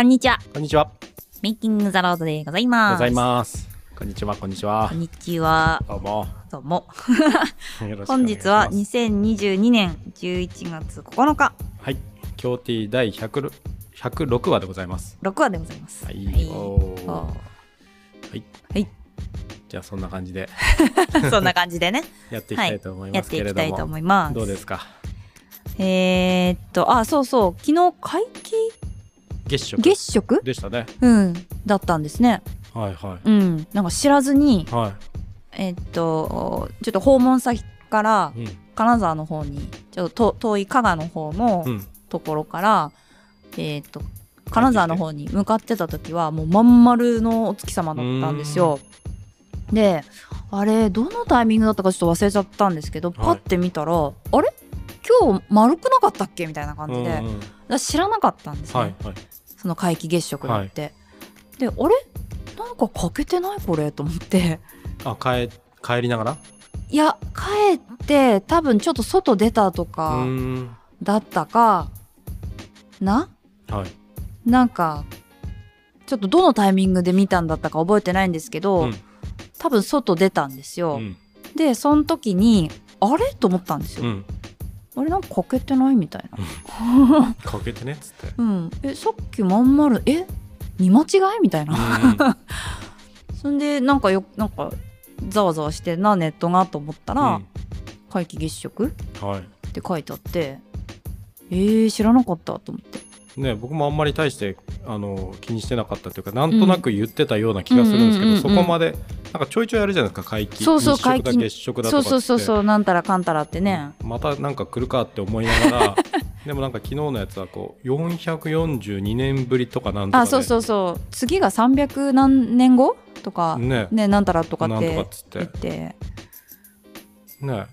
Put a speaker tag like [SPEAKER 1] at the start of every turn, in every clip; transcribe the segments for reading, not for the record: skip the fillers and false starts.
[SPEAKER 1] こんにちは。
[SPEAKER 2] こんにちは。
[SPEAKER 1] メイキングザロードでございます。
[SPEAKER 2] ございます。こんにちは。こんにちは。
[SPEAKER 1] こんにちは。
[SPEAKER 2] どうも。
[SPEAKER 1] どうも。
[SPEAKER 2] よろしくお願いします。
[SPEAKER 1] 本日は2022年11月9日。
[SPEAKER 2] はい。京 T 第106話でございます。
[SPEAKER 1] 6話でございます。
[SPEAKER 2] はい。
[SPEAKER 1] はい。
[SPEAKER 2] はい。
[SPEAKER 1] はい。
[SPEAKER 2] じゃあそんな感じで
[SPEAKER 1] そんな感じでね。
[SPEAKER 2] やっていきたいと思いますけれども。
[SPEAKER 1] やっていきたいと思います。
[SPEAKER 2] どうですか。
[SPEAKER 1] そうそう。昨日皆既月食
[SPEAKER 2] でしたね。
[SPEAKER 1] だったんですね。
[SPEAKER 2] はいはい。
[SPEAKER 1] なんか知らずに、
[SPEAKER 2] はい。
[SPEAKER 1] ちょっと訪問先から金沢の方にちょっと遠い加賀の方のところから、金沢の方に向かってた時はもうまん丸のお月様だったんですよ。で、あれどのタイミングだったかちょっと忘れちゃったんですけど、パッて見たら、あれ今日丸くなかったっけみたいな感じで、私知らなかったんですね。はいはい、その皆既月食だって。はい、で、あれなんか欠けてないこれと思って。
[SPEAKER 2] 帰りながら？
[SPEAKER 1] いや、帰って多分ちょっと外出たとかだったかな、はい、なんかちょっとどのタイミングで見たんだったか覚えてないんですけど、多分外出たんですよ。で、その時にあれと思ったんですよ。あれなんか欠けてないみたいな。
[SPEAKER 2] 欠けてねっつって。
[SPEAKER 1] さっきまん丸見間違いみたいな。そんでなんかざわざわしてネットがと思ったら、皆既月食って書いてあって、知らなかったと思って
[SPEAKER 2] ね。僕もあんまり大して気にしてなかったというか、なんとなく言ってたような気がするんですけど、そこまでなんかちょいちょいあるじゃないですか。皆既日食だ月食だとかって、
[SPEAKER 1] そうなんたらかんたらってね、
[SPEAKER 2] またなんか来るかって思いながらでもなんか昨日のやつはこう442年ぶりとかなんとかで、
[SPEAKER 1] そう次が300何年後とかねなんたらとかって言って
[SPEAKER 2] ね、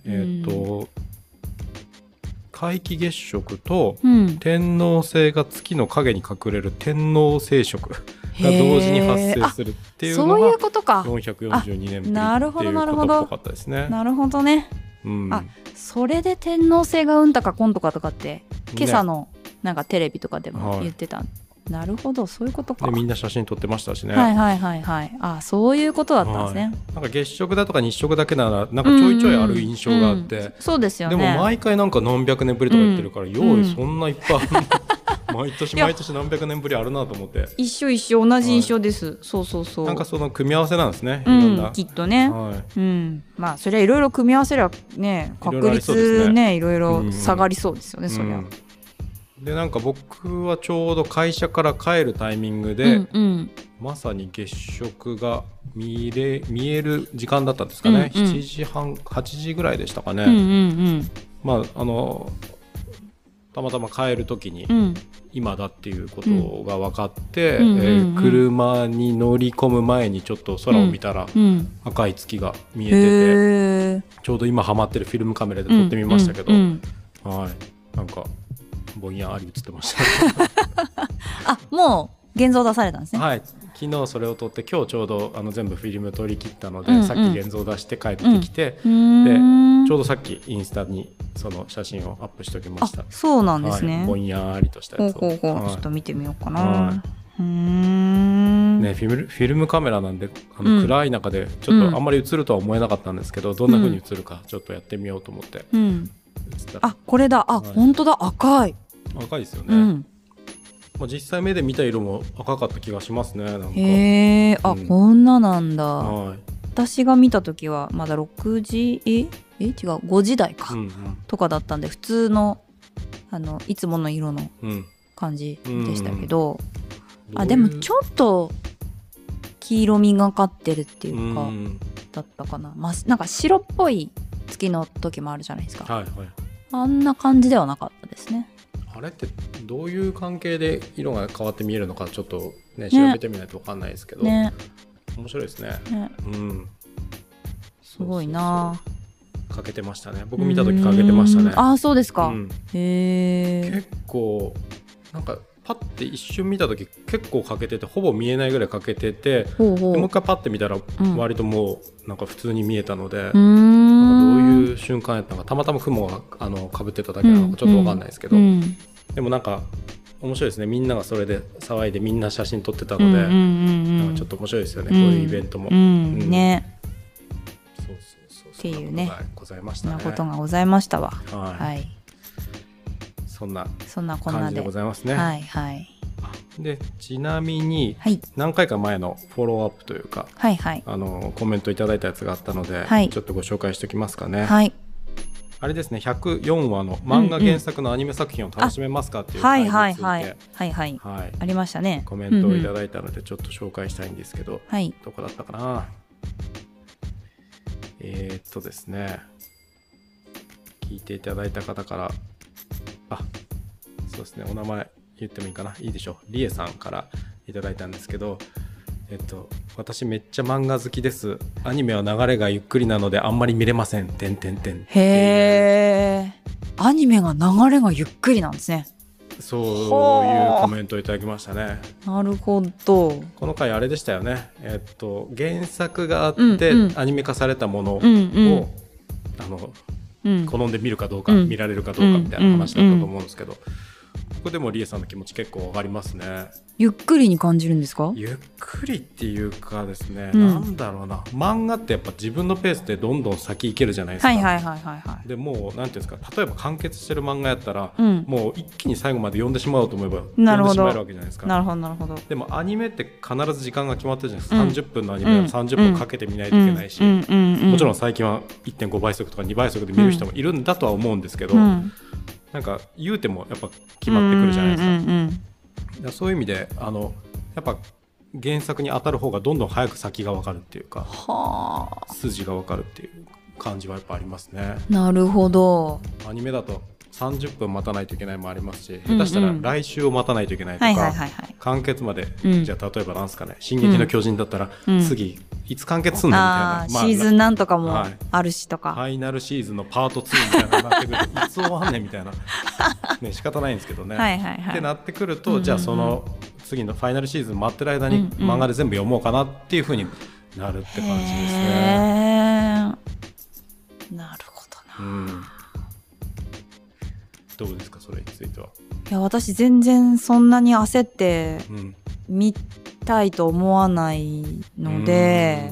[SPEAKER 2] 皆既月食と天王星が月の影に隠れる天王星食が同時に発生するっていうのが442年ぶりっていうことっぽかったですね。
[SPEAKER 1] なるほどね。それで天王星がうんたかこんとかとかって今朝のなんかテレビとかでも言ってた、なるほど、そういうことか。
[SPEAKER 2] でみんな写真撮ってましたしね。
[SPEAKER 1] そういうことだったんですね。
[SPEAKER 2] なんか月食だとか日食だけならなんかちょいちょいある印象があって、
[SPEAKER 1] そうですよね。
[SPEAKER 2] でも毎回なんか何百年ぶりとか言ってるから、ようそんないっぱいある毎年何百年ぶりあるなと思って。
[SPEAKER 1] 一緒同じ印象です。そう
[SPEAKER 2] なんかその組み合わせなんですね、いろんな、
[SPEAKER 1] きっとね。まあそれはいろいろ組み合わせりゃね、確率ね、いろいろ下がりそうですよね、そりゃ。
[SPEAKER 2] でなんか僕はちょうど会社から帰るタイミングで、まさに月食が見える時間だったんですかね。7時半8時ぐらいでしたかね。まあたまたま帰る時に今だっていうことが分かって、車に乗り込む前にちょっと空を見たら赤い月が見えてて、ちょうど今ハマってるフィルムカメラで撮ってみましたけど、なんかぼんやり映ってました
[SPEAKER 1] もう現像出されたんですね。
[SPEAKER 2] はい、昨日それを撮って今日ちょうど全部フィルム撮り切ったので、さっき現像出して帰ってきて、でちょうどさっきインスタにその写真をアップしておきました。
[SPEAKER 1] そうなんですね。
[SPEAKER 2] ぼんやりとしたやつを
[SPEAKER 1] ちょっと見てみようかな。
[SPEAKER 2] フィルムカメラなんで暗い中でちょっとあんまり映るとは思えなかったんですけど、どんな風に映るかちょっとやってみようと思って、
[SPEAKER 1] これだ。本当だ、赤い
[SPEAKER 2] ですよね。実際目で見た色も赤かった気がしますね。なんか
[SPEAKER 1] こんななんだ。私が見た時はまだ6時違う5時台か、とかだったんで、普通のいつもの色の感じでしたけど、でもちょっと黄色みがかってるっていうかだったかな。なんか白っぽい月の時もあるじゃないですか。あんな感じではなかったですね。
[SPEAKER 2] あれってどういう関係で色が変わって見えるのかちょっとね調べてみないと分かんないですけど、面白いですね。
[SPEAKER 1] すごいな。
[SPEAKER 2] 欠けてましたね。僕見た時欠けてましたね。
[SPEAKER 1] そうですか。
[SPEAKER 2] 結構なんかパッて一瞬見た時結構欠けてて、ほぼ見えないぐらい欠けてて、でもう一回パッて見たら割ともうなんか普通に見えたので、なんかどういう瞬間やったのか、たまたま雲がかぶってただけなのかちょっと分かんないですけど、でもなんか面白いですね。みんながそれで騒いでみんな写真撮ってたので、なんかちょっと面白いですよね、こういうイベントも。
[SPEAKER 1] ね。
[SPEAKER 2] そう
[SPEAKER 1] っていうね、
[SPEAKER 2] ございましたね。
[SPEAKER 1] そんなことがございましたわ。はい。
[SPEAKER 2] そんな
[SPEAKER 1] こんな
[SPEAKER 2] 感じでございますね。
[SPEAKER 1] はいはい。
[SPEAKER 2] でちなみに何回か前のフォローアップというか、
[SPEAKER 1] はいはい、
[SPEAKER 2] コメントいただいたやつがあったので、
[SPEAKER 1] はい、
[SPEAKER 2] ちょっとご紹介しておきますかね。
[SPEAKER 1] はい、
[SPEAKER 2] あれですね、104話の漫画原作のアニメ作品を楽しめますかっていう回について
[SPEAKER 1] ありましたね。
[SPEAKER 2] コメントをいただいたのでちょっと紹介したいんですけど、
[SPEAKER 1] はい、
[SPEAKER 2] どこだったかな。ですね、聞いていただいた方から、そうですね、お名前言ってもいいかな、いいでしょう。りえさんからいただいたんですけど、私めっちゃ漫画好きです。アニメは流れがゆっくりなのであんまり見れません。
[SPEAKER 1] へえ。アニメが流れがゆっくりなんですね。
[SPEAKER 2] そういうコメントをいただきましたね。
[SPEAKER 1] なるほど。
[SPEAKER 2] この回あれでしたよね。原作があって、アニメ化されたものを、好んで見るかどうか、見られるかどうかみたいな話だったと思うんですけど、ここでもリエさんの気持ち結構わかりますね。
[SPEAKER 1] ゆっくりに感じるんですか？
[SPEAKER 2] ゆっくりっていうかですね、なんだろうな、漫画ってやっぱ自分のペースでどんどん先行けるじゃないですか。でもうなんていうんですか、例えば完結してる漫画やったら、もう一気に最後まで読んでしまおうと思えば読んでしまえるわけじゃないですか。
[SPEAKER 1] なるほど。
[SPEAKER 2] でもアニメって必ず時間が決まってるじゃないですか。30分のアニメなら30分かけて見ないといけないし、もちろん最近は 1.5 倍速とか2倍速で見る人もいるんだとは思うんですけど、なんか言うてもやっぱ決まってくるじゃないですか。そういう意味でやっぱ原作に当たる方がどんどん早く先が分かるっていうか、筋が分かるっていう感じはやっぱありますね。
[SPEAKER 1] なるほど。
[SPEAKER 2] アニメだと30分待たないといけないもありますし、下手したら来週を待たないといけないとか、完結まで、じゃあ例えばなんすかね、進撃の巨人だったら、次いつ完結すんねんみたいな、
[SPEAKER 1] シーズンなんとかもあるしとか、
[SPEAKER 2] ファイナルシーズンのパート2みたいななってくるといつ終わんねんみたいなね、仕方ないんですけどね。ってなってくると、じゃあその次のファイナルシーズン待ってる間に漫画で全部読もうかなっていう風になるって感じですね。
[SPEAKER 1] なるほどな。
[SPEAKER 2] どうですか、それについては。
[SPEAKER 1] いや、私全然そんなに焦って見たいと思わないので、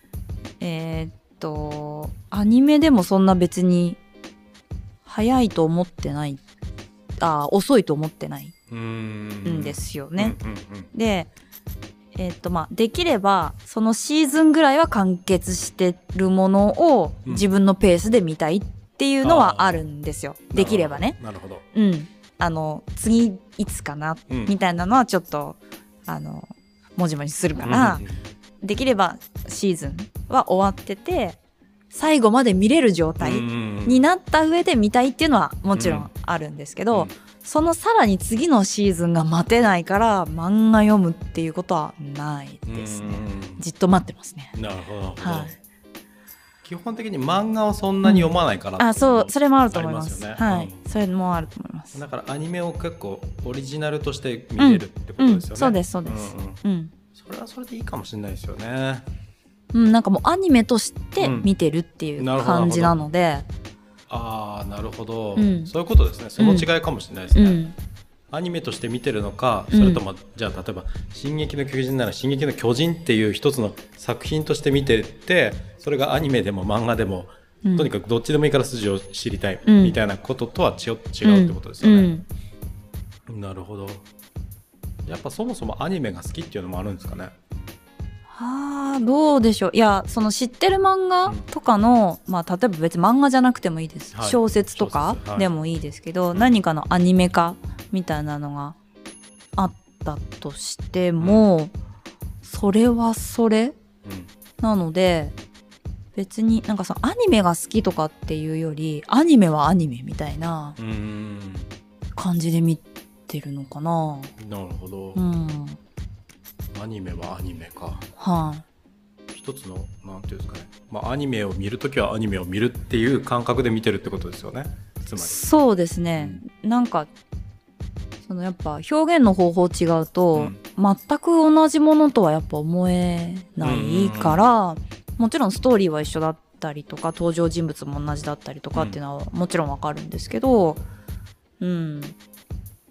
[SPEAKER 1] アニメでもそんな別に早いと思ってない、遅いと思ってないんですよね。で、できればそのシーズンぐらいは完結してるものを自分のペースで見たいっていうのはあるんですよ。できればね。
[SPEAKER 2] なるほど。
[SPEAKER 1] 次いつかな、みたいなのはちょっともじもじするから、できればシーズンは終わってて最後まで見れる状態になった上で見たいっていうのはもちろんあるんですけど、そのさらに次のシーズンが待てないから漫画読むっていうことはないですね。じっと待ってますね。
[SPEAKER 2] なるほど、基本的に漫画をそんなに読まないから、
[SPEAKER 1] それもあると思います。それもあると思います。
[SPEAKER 2] だからアニメを結構オリジナルとして見れるってことですよね。
[SPEAKER 1] そうですそうです。
[SPEAKER 2] それはそれでいいかもしれないですよね。
[SPEAKER 1] なんかもうアニメとして見てるっていう感じなので、
[SPEAKER 2] なるほど、そういうことですね。その違いかもしれないですね。アニメとして見てるのか、それともじゃあ例えば「進撃の巨人」なら「進撃の巨人」っていう一つの作品として見てて、それがアニメでも漫画でも、とにかくどっちでもいいから筋を知りたいみたいなこととは違うってことですよね。なるほど。やっぱそもそもアニメが好きっていうのもあるんですかね。
[SPEAKER 1] どうでしょう。いや、その知ってる漫画とかの、例えば別に漫画じゃなくてもいいです、小説とかでもいいですけど、何かのアニメ化みたいなのがあったとしても、それはそれ、なので別になんかそのアニメが好きとかっていうより、アニメはアニメみたいな感じで見てるのかな。
[SPEAKER 2] なるほど。アニメはアニメか。一つのなんていうんですかね、アニメを見るときはアニメを見るっていう感覚で見てるってことですよね。つまり
[SPEAKER 1] そうですね。なんかそのやっぱ表現の方法違うと、全く同じものとはやっぱ思えないから、もちろんストーリーは一緒だったりとか登場人物も同じだったりとかっていうのはもちろんわかるんですけど、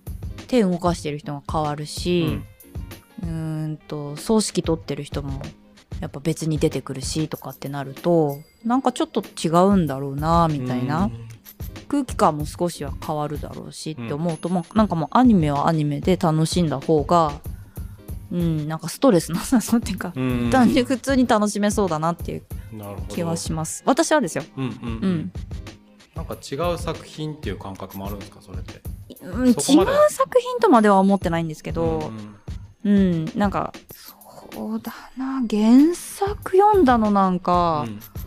[SPEAKER 1] 手動かしてる人が変わるし、葬式取ってる人もやっぱ別に出てくるしとかってなると、なんかちょっと違うんだろうなみたいな、空気感も少しは変わるだろうしって思うと、なんかもうアニメはアニメで楽しんだ方が、なんかストレスなさそうっていうか、単純に普通に楽しめそうだなっていう気はします。私はですよ。
[SPEAKER 2] なんか違う作品っていう感覚もあるんですか、それって。
[SPEAKER 1] 違う作品とまでは思ってないんですけど、なんかそうだな、原作読んだのなんか、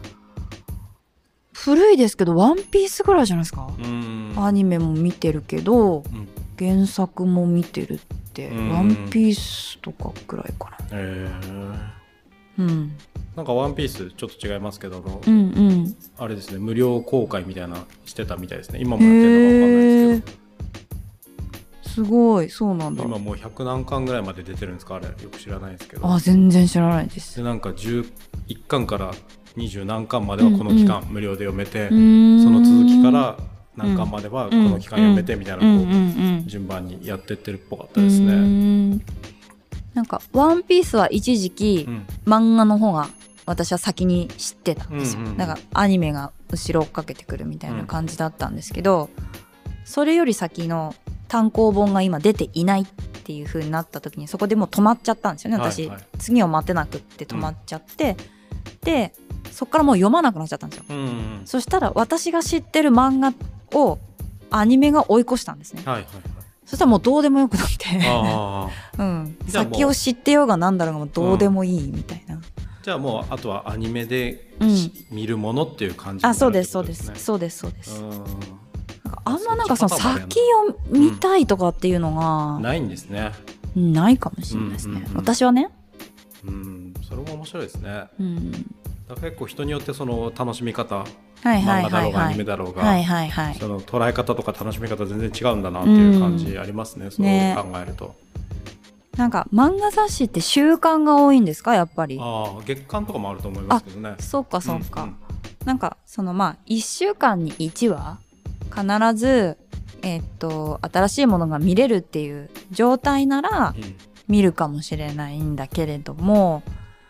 [SPEAKER 1] 古いですけどワンピースぐらいじゃないですか。アニメも見てるけど、原作も見てるってワンピースとかぐらいかな。
[SPEAKER 2] なんかワンピースちょっと違いますけど、あれですね、無料公開みたいなしてたみたいですね。今もやってるのか分かんないですけど。
[SPEAKER 1] すごい、そうなんだ。
[SPEAKER 2] 今もう100何巻ぐらいまで出てるんですか、あれ。よく知らないですけど。
[SPEAKER 1] 全然知らないです。
[SPEAKER 2] でなんか11巻から20何巻まではこの期間無料で読めて、その続きから何巻まではこの期間読めてみたいなこう順番にやってってるっぽかったですね。
[SPEAKER 1] なんかワンピースは一時期、漫画の方が私は先に知ってたんですよ。だからアニメが後ろ追っかけてくるみたいな感じだったんですけど、それより先の単行本が今出ていないっていう風になった時に、そこでもう止まっちゃったんですよね、私。次を待てなくって止まっちゃって、でそっからもう読まなくなっちゃったんですよ。そしたら私が知ってる漫画をアニメが追い越したんですね。そしたらもうどうでもよくなって先を知ってようがなんだろうがもうどうでもいいみたいな。
[SPEAKER 2] じゃあもうあとはアニメで、見るものっていう感じになるってことですね。そうです。
[SPEAKER 1] あんまなんかその先を見たいとかっていうのが
[SPEAKER 2] ないんですね。
[SPEAKER 1] ないかもしれないですね、私はね。
[SPEAKER 2] それも面白いですね。だから結構人によってその楽しみ方、
[SPEAKER 1] 漫
[SPEAKER 2] 画だろうがアニメだろうが、その捉え方とか楽しみ方全然違うんだなっていう感じありますね、そう考えると。
[SPEAKER 1] なんか漫画雑誌って週刊が多いんですか、やっぱり。
[SPEAKER 2] 月刊とかもあると思いますけどね。
[SPEAKER 1] そうか。なんかその1週間に1話必ず新しいものが見れるっていう状態なら見るかもしれないんだけれども、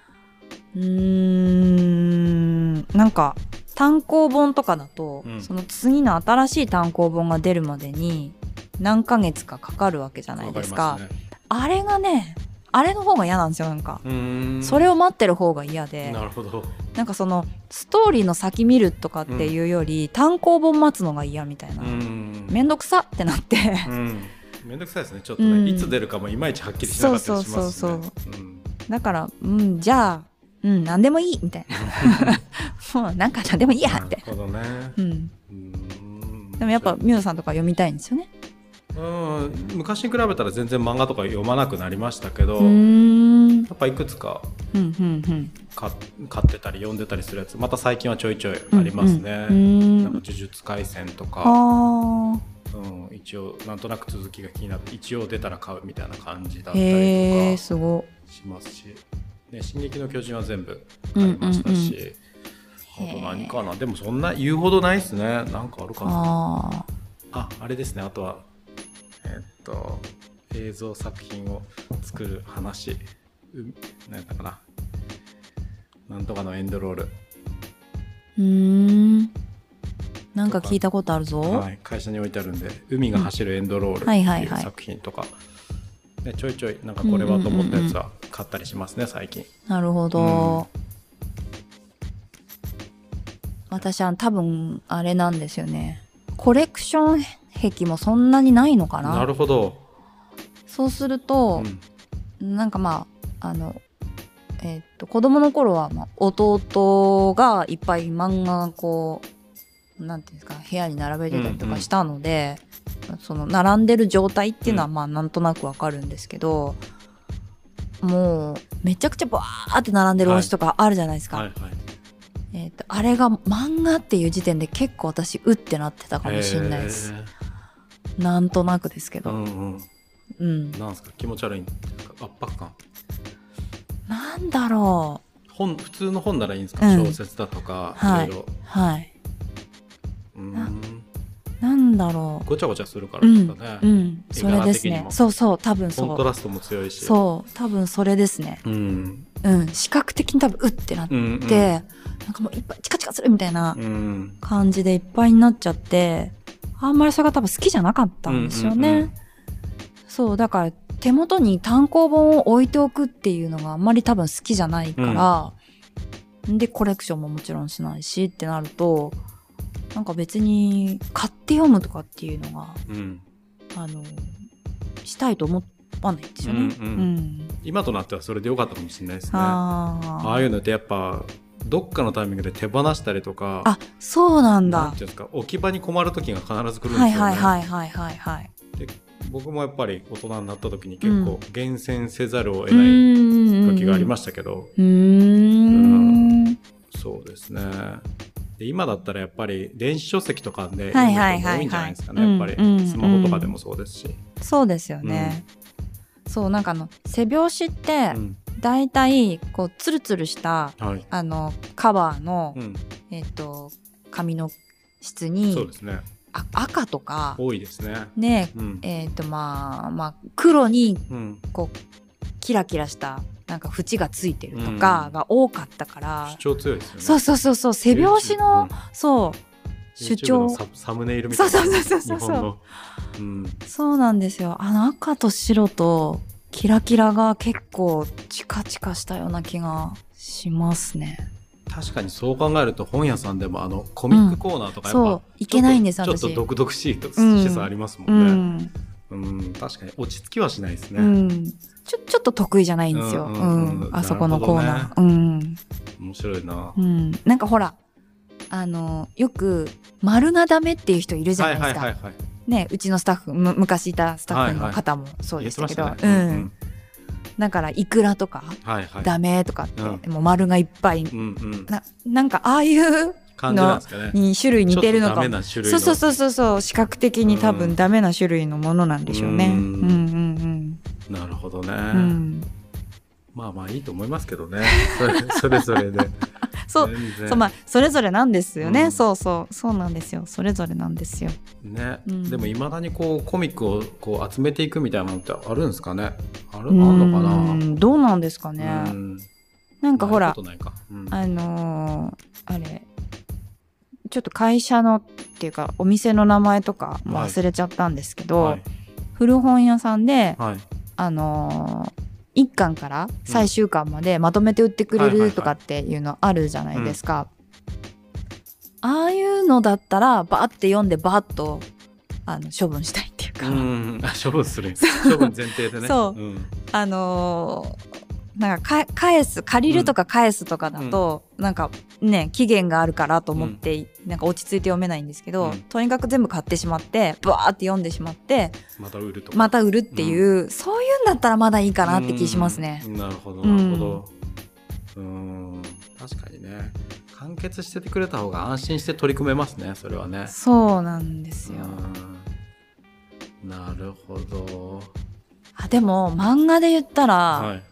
[SPEAKER 1] なんか単行本とかだと、その次の新しい単行本が出るまでに何ヶ月かかかるわけじゃないですか。あれがね、あれの方が嫌なんですよ。なんかそれを待ってる方が嫌で。
[SPEAKER 2] なるほど。なん
[SPEAKER 1] かそのストーリーの先見るとかっていうより、単行本待つのが嫌みたいな、めんどくさってなって、
[SPEAKER 2] めんどくさいですね、ちょっとね、いつ出るかもいまいちはっきりしなかったりしますね。
[SPEAKER 1] だからじゃあ何でもいいみたいなもうなんか何でもいいやって。
[SPEAKER 2] なるほどね。
[SPEAKER 1] でもやっぱミュウさんとか読みたいんですよね。
[SPEAKER 2] 昔に比べたら全然漫画とか読まなくなりましたけど、やっぱいくつか買ってたり読んでたりするやつ、また最近はちょいちょいありますね。なんか呪術廻戦とか、一応なんとなく続きが気になって一応出たら買うみたいな感じだったりとかしますし、進撃の巨人は全部買いましたし、あと何かな。でもそんな言うほどないですね。なんかあるかな。あれですね。あとは映像作品を作る話、何だかな、なんとかのエンドロール。
[SPEAKER 1] なんか聞いたことあるぞ。
[SPEAKER 2] 会社に置いてあるんで、海が走るエンドロールっていう作品とか、ちょいちょいなんかこれはと思ったやつは買ったりしますね、最近。
[SPEAKER 1] なるほど。私は多分あれなんですよね。コレクション癖もそんなにないのかな。
[SPEAKER 2] なるほど。
[SPEAKER 1] そうすると、なんか子供の頃は弟がいっぱい漫画こうなんていうんですか、部屋に並べてたりとかしたので、その並んでる状態っていうのはなんとなくわかるんですけど、もうめちゃくちゃバーって並んでる推しとかあるじゃないですか。あれが漫画っていう時点で結構私うってなってたかもしれないです。なんとなくですけど。なんですか、
[SPEAKER 2] 気持ち悪いんですか、圧迫感。
[SPEAKER 1] なんだろ
[SPEAKER 2] う。普通の本ならいいんですか、小説だとかいろいろ。
[SPEAKER 1] なんなんだろう、
[SPEAKER 2] ごちゃごちゃするからですかね。
[SPEAKER 1] それですね。そうそう、多分そう。
[SPEAKER 2] コントラストも強いし。
[SPEAKER 1] そう、多分それですね。視覚的に多分うってなって、なんかもういっぱいチカチカするみたいな感じでいっぱいになっちゃって、あんまりそれが多分好きじゃなかったんですよね。そう、だから手元に単行本を置いておくっていうのがあんまり多分好きじゃないから、でコレクションももちろんしないしってなると、なんか別に買って読むとかっていうのが、したいと思わないんですよね。
[SPEAKER 2] 今となってはそれで良かったかもしれないですね。ああいうのってやっぱどっかのタイミングで手放したりとか。
[SPEAKER 1] あ、そうなんだ。
[SPEAKER 2] なんていうんですか、置き場に困る時が必ず来るんですよね。で、僕もやっぱり大人になった時に結構厳選せざるを得ない時がありましたけど、そうですね。で、今だったらやっぱり電子書籍とかで読む人も多いんじゃないですかね。やっぱりスマホとかでもそうですし。
[SPEAKER 1] そうですよね。そう、なんか背表紙ってだいたいこうツルツルした、カバーの、紙の質に、
[SPEAKER 2] そうですね、
[SPEAKER 1] 赤とか
[SPEAKER 2] 多いですね。
[SPEAKER 1] ね、まあ黒にこうキラキラしたなんか縁がついてるとかが多かったから、
[SPEAKER 2] 主張強いですよね。
[SPEAKER 1] そう背表紙の、そう主張、
[SPEAKER 2] サムネイルみたいな、
[SPEAKER 1] そうなんですよ。赤と白とキラキラが結構チカチカしたような気がしますね。
[SPEAKER 2] 確かにそう考えると本屋さんでもコミックコーナーとかやっぱ、
[SPEAKER 1] いけないんです。
[SPEAKER 2] ちょっと毒々しいしさありますもんね。確かに落ち着きはしないですね。
[SPEAKER 1] ちょっと得意じゃないんですよ。あそこのコーナー。
[SPEAKER 2] 面白いな。
[SPEAKER 1] なんかほら、よく丸がダメっていう人いるじゃないですか。ね、うちのスタッフ、昔いたスタッフの方もそうでしたけど、だからイクラとかダメとかって、もう丸がいっぱい、なんかああいうのに種類似てるのかも。そう視覚的に多分ダメな種類のものなんでしょうね。
[SPEAKER 2] なるほどね。まあいいと思いますけどね。それぞれで。
[SPEAKER 1] まあそれぞれなんですよね。そうなんですよ。それぞれなんですよ。
[SPEAKER 2] ね。でも未だにこうコミックをこう集めていくみたいなのってあるんですかね。あるのかな。
[SPEAKER 1] どうなんですかね。なんかほら、あれちょっと会社のっていうかお店の名前とかも忘れちゃったんですけど、古本屋さんで1巻から最終巻までまとめて売ってくれるとかっていうのあるじゃないですか。ああいうのだったらバーって読んでバーッと処分したいっていうか、
[SPEAKER 2] 処分する処分前提でね。
[SPEAKER 1] なんか借りるとか返すとかだと、なんかね期限があるからと思って、なんか落ち着いて読めないんですけど、とにかく全部買ってしまってバーって読んでしままた売るっていう、そういうんだったらまだいいかなって気しますね。
[SPEAKER 2] なるほどなるほど。確かにね、完結しててくれた方が安心して取り組めますね。それはね。そうなんですよ。なるほど。
[SPEAKER 1] でも漫画で言ったら、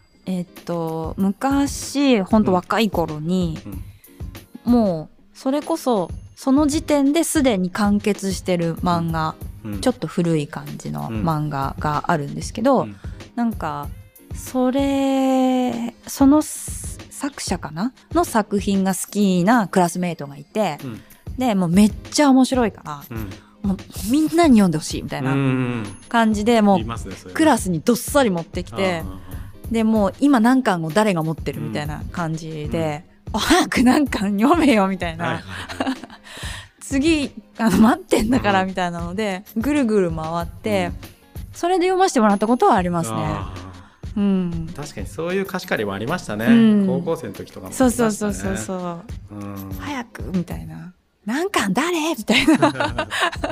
[SPEAKER 1] 昔ほんと若い頃に、もうそれこそその時点ですでに完結してる漫画、ちょっと古い感じの漫画があるんですけど、なんかその作者かなの作品が好きなクラスメートがいて、でもうめっちゃ面白いから、もうみんなに読んでほしいみたいな感じで、もうクラスにどっさり持ってきて、でもう今何巻を誰が持ってるみたいな感じで、早く何巻読めよみたいな、次待ってんだからみたいなのでぐるぐる回って、それで読ませてもらったことはありますね。
[SPEAKER 2] 確かにそういう貸し借りもありましたね。高校生の時とかもありましたね。そう
[SPEAKER 1] 早くみたいな、何巻誰みたいな
[SPEAKER 2] あ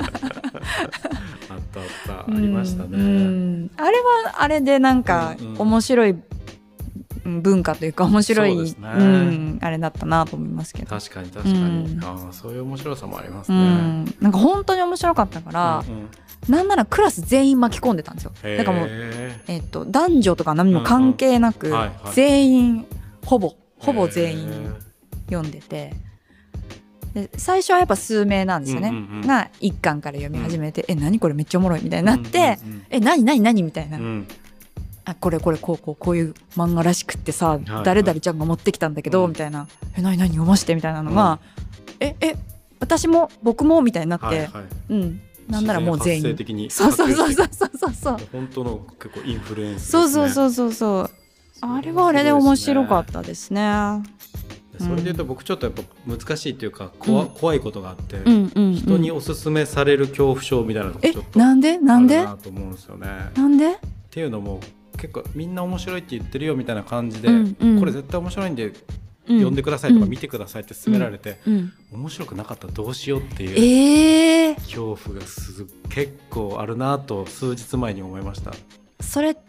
[SPEAKER 2] ったありましたね。
[SPEAKER 1] あれはあれでなんか面白い文化というか面白い、あれだったなと思いますけど。
[SPEAKER 2] 確かにそういう面白さもありますね。
[SPEAKER 1] なんか本当に面白かったから、なんならクラス全員巻き込んでたんですよ。だからもう、男女とか何も関係なく、全員ほぼ全員読んでて、 で最初はやっぱ数名なんですよね、が一巻から読み始めて、何これめっちゃおもろいみたいになって、何みたいな、これこういう漫画らしくってさ、誰々ちゃんが持ってきたんだけど、みたいな、何読ましてみたいなのが、私も僕もみたいになって、なんならもう全員そう
[SPEAKER 2] 本当の結構インフルエンスですね。
[SPEAKER 1] そうあれはあれで面白かったですね。
[SPEAKER 2] それでいうと僕ちょっとやっぱ難しいというか怖いことがあって、人におすすめされる恐怖症みたいなのがちょっと
[SPEAKER 1] なんで
[SPEAKER 2] あるなと思うんですよね。
[SPEAKER 1] なんで
[SPEAKER 2] っていうのも結構みんな面白いって言ってるよみたいな感じで、これ絶対面白いんで読んでくださいとか見てくださいって勧められて、面白くなかったらどうしようっていう恐怖が結構あるなと数日前に思いました。
[SPEAKER 1] それって、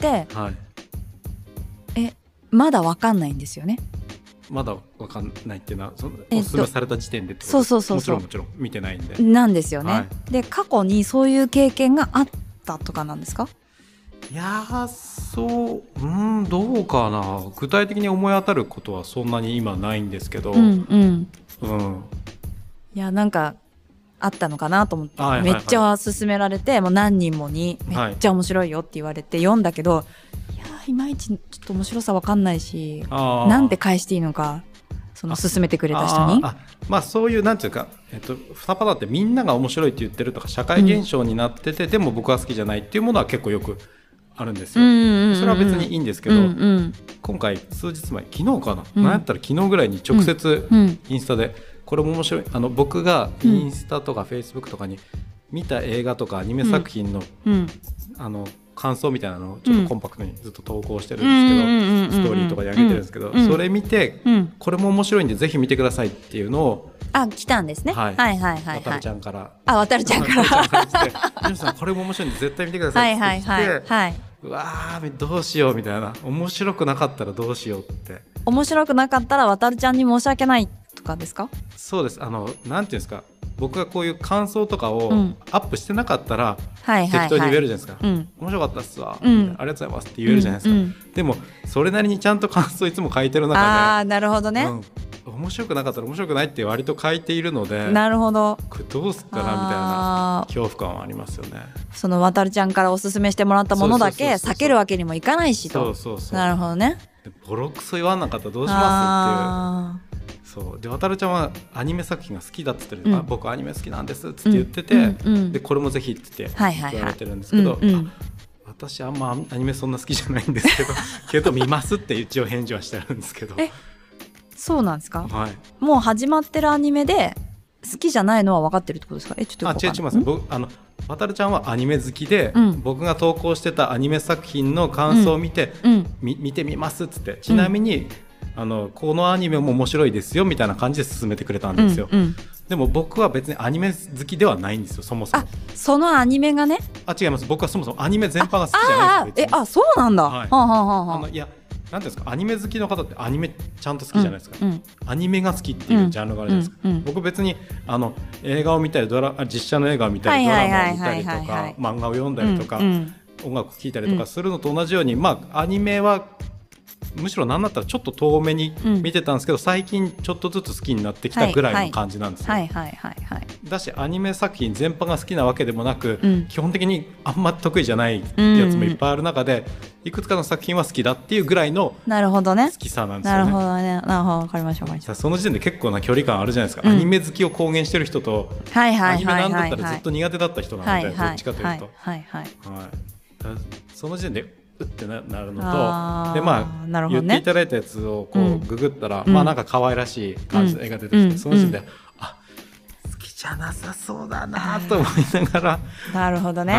[SPEAKER 1] まだ分かんないんですよね。
[SPEAKER 2] まだ分かんないっていうのはおすすめされた時点でってことですか？もちろん見てないんで
[SPEAKER 1] なんですよね、で過去にそういう経験があったとかなんですか？
[SPEAKER 2] いやどうかな、具体的に思い当たることはそんなに今ないんですけど、い
[SPEAKER 1] やなんかあったのかなと思って、めっちゃ勧められて、もう何人もにめっちゃ面白いよって言われて読んだけど、いまいちちょっと面白さ分かんないし、なんて返していいのか、その勧めてくれた人に。
[SPEAKER 2] そういうなんていうか、2パターンってみんなが面白いって言ってるとか社会現象になってて、でも僕は好きじゃないっていうものは結構よくあるんですよ。それは別にいいんですけど、今回数日前、昨日かな、なんやったら昨日ぐらいに直接インスタでこれも面白い、僕がインスタとかフェイスブックとかに見た映画とかアニメ作品の感想みたいなのをちょっとコンパクトにずっと投稿してるんですけど、ストーリーとかで上げてるんですけど、それ見て、これも面白いんでぜひ見てくださいっていうのを
[SPEAKER 1] 来たんですね。はい
[SPEAKER 2] わたるちゃんから
[SPEAKER 1] わたるちゃんから
[SPEAKER 2] 皆さんこれも面白いんで絶対見てくださいって言って、うわーどうしようみたいな、面白くなかったらどうしようって。
[SPEAKER 1] 面白くなかったらわたるちゃんに申し訳ないとかですか？
[SPEAKER 2] そうです。なんていうんですか、僕がこういう感想とかをアップしてなかったら適当に言えるじゃないですか。面白かったっすわ、ありがとうございますって言えるじゃないですか。でもそれなりにちゃんと感想いつも書いてる中で、
[SPEAKER 1] なるほどね、
[SPEAKER 2] 面白くなかったら面白くないって割と書いているので、
[SPEAKER 1] なるほど、
[SPEAKER 2] これどうすっかなみたいな恐怖感はありますよね。
[SPEAKER 1] そのわたるちゃんからおすすめしてもらったものだけ避けるわけにもいかないしと。なるほどね。
[SPEAKER 2] ボロクソ言わなかったらどうしますっていう。そうで、わたるちゃんはアニメ作品が好きだって言ってる、僕アニメ好きなんですって言ってて、でこれもぜひって言われてるんですけど、私あんまアニメそんな好きじゃないんですけど見ますって一応返事はしてるんですけど。
[SPEAKER 1] そうなんですか？もう始まってるアニメで好きじゃないのは分かってるってことですか？ちょっとよく分かんない。違います。
[SPEAKER 2] 僕わたるちゃんはアニメ好きで、僕が投稿してたアニメ作品の感想を見て、見てみますっつって、ちなみに、このアニメも面白いですよみたいな感じで勧めてくれたんですよ。でも僕は別にアニメ好きではないんですよ、そもそも。
[SPEAKER 1] そのアニメがね。
[SPEAKER 2] 違います。僕はそもそもアニメ全般が好きじゃないです。
[SPEAKER 1] そうなんだ。
[SPEAKER 2] いや、なんていうんですか、アニメ好きの方ってアニメちゃんと好きじゃないですか。アニメが好きっていうジャンルがあるじゃないですか。僕別に映画を見たり実写の映画を見たりドラマを見たりとか漫画を読んだりとか音楽を聴いたりとかするのと同じように、アニメはむしろ何だったらちょっと遠目に見てたんですけど、最近ちょっとずつ好きになってきたぐらいの感じなんですよ。だしアニメ作品全般が好きなわけでもなく、基本的にあんま得意じゃないやつもいっぱいある中で、いくつかの作品は好きだっていうぐらいの好きさなんですよね。
[SPEAKER 1] なるほどね。なるほど、分かりました。
[SPEAKER 2] その時点で結構な距離感あるじゃないですか。アニメ好きを公言してる人と、アニメなんだったらずっと苦手だった人なので、どっちかというと、その時点でってなるのと、で言っていただいたやつをこうググったら、なんか可愛らしい感じの絵が出てきて、その時点で好きじゃなさそうだなと思いながら。
[SPEAKER 1] なるほどね。い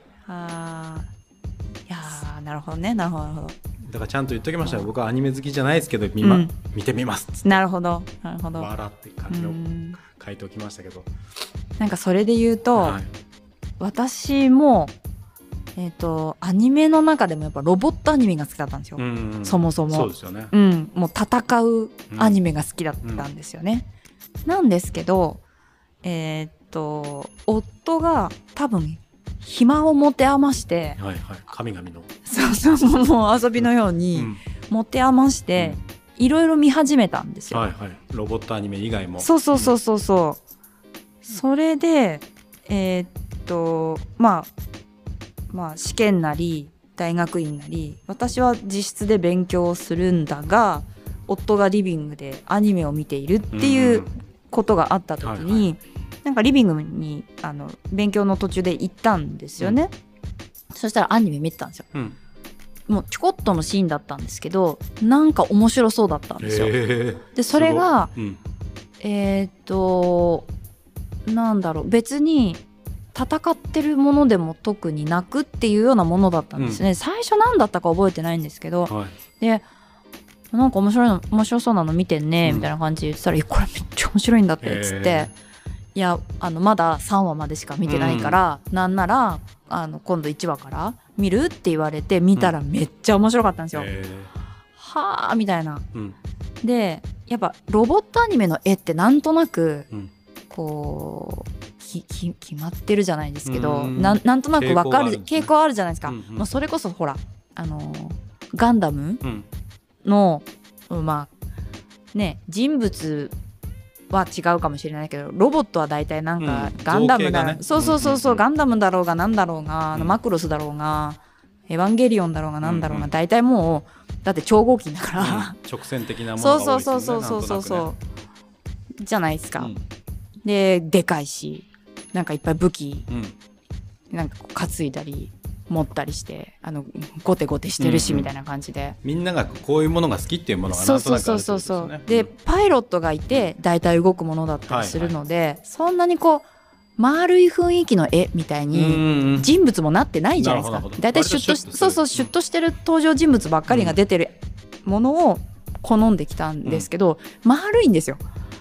[SPEAKER 1] や、なるほどね。なるほど。
[SPEAKER 2] だからちゃんと言っときました。僕はアニメ好きじゃないですけど見てみますっつって。
[SPEAKER 1] なるほど、なるほど。
[SPEAKER 2] 笑って感じの書いておきましたけど、
[SPEAKER 1] なんかそれで言うと、私もアニメの中でもやっぱロボットアニメが好きだったんですよ。そもそも。
[SPEAKER 2] そうですよね。
[SPEAKER 1] もう戦うアニメが好きだったんですよね。なんですけど、夫が多分暇を持て余して、
[SPEAKER 2] 神々の
[SPEAKER 1] そうもう遊びのように持て余して、 いろいろ見始めたんですよ。
[SPEAKER 2] はいはい、ロボットアニメ以外も。
[SPEAKER 1] そうそうそうそうそう、それでまあ試験なり大学院なり私は自室で勉強をするんだが、夫がリビングでアニメを見ているっていうことがあった時に、はいはい、なんかリビングに勉強の途中で行ったんですよね、そしたらアニメ見てたんですよ、もうちょこっとのシーンだったんですけど、なんか面白そうだったんですよ。でそれが、なんだろう、別に戦ってるものでも特になくっていうようなものだったんですね、最初何だったか覚えてないんですけど、でなんか面白そうなの見てんねみたいな感じで言ってたら、これめっちゃ面白いんだってっつって、いやまだ3話までしか見てないから、なんなら今度1話から見るって言われて見たらめっちゃ面白かったんですよ、はあみたいな、でやっぱロボットアニメの絵ってなんとなく、こう決まってるじゃないですけど、なんとなく分かる傾向あるじゃないですか、まあ、それこそほらガンダムの、まあね、人物は違うかもしれないけど、ロボットは大体なんかガンダムだ、ね、そうそうそうそう、ガンダムだろうがなんだろうが、マクロスだろうがエヴァンゲリオンだろうがなんだろうが、大体もうだって超合金だから、
[SPEAKER 2] 直線的なものが多いですよね。
[SPEAKER 1] そうそうそうそうそう、じゃないですか、でかいし、なんかいっぱい武器、なんかこう担いだり持ったりしてゴテゴテしてるし、みたいな感じで、
[SPEAKER 2] みんながこういうものが好きっていうものがなんとなくあるってことですよね。
[SPEAKER 1] でパイロットがいて大体動くものだったりするので、そんなにこう丸い雰囲気の絵みたいに人物もなってないじゃないですか。大体シュッとしてる登場人物ばっかりが出てるものを好んできたんですけど、丸いんですよ。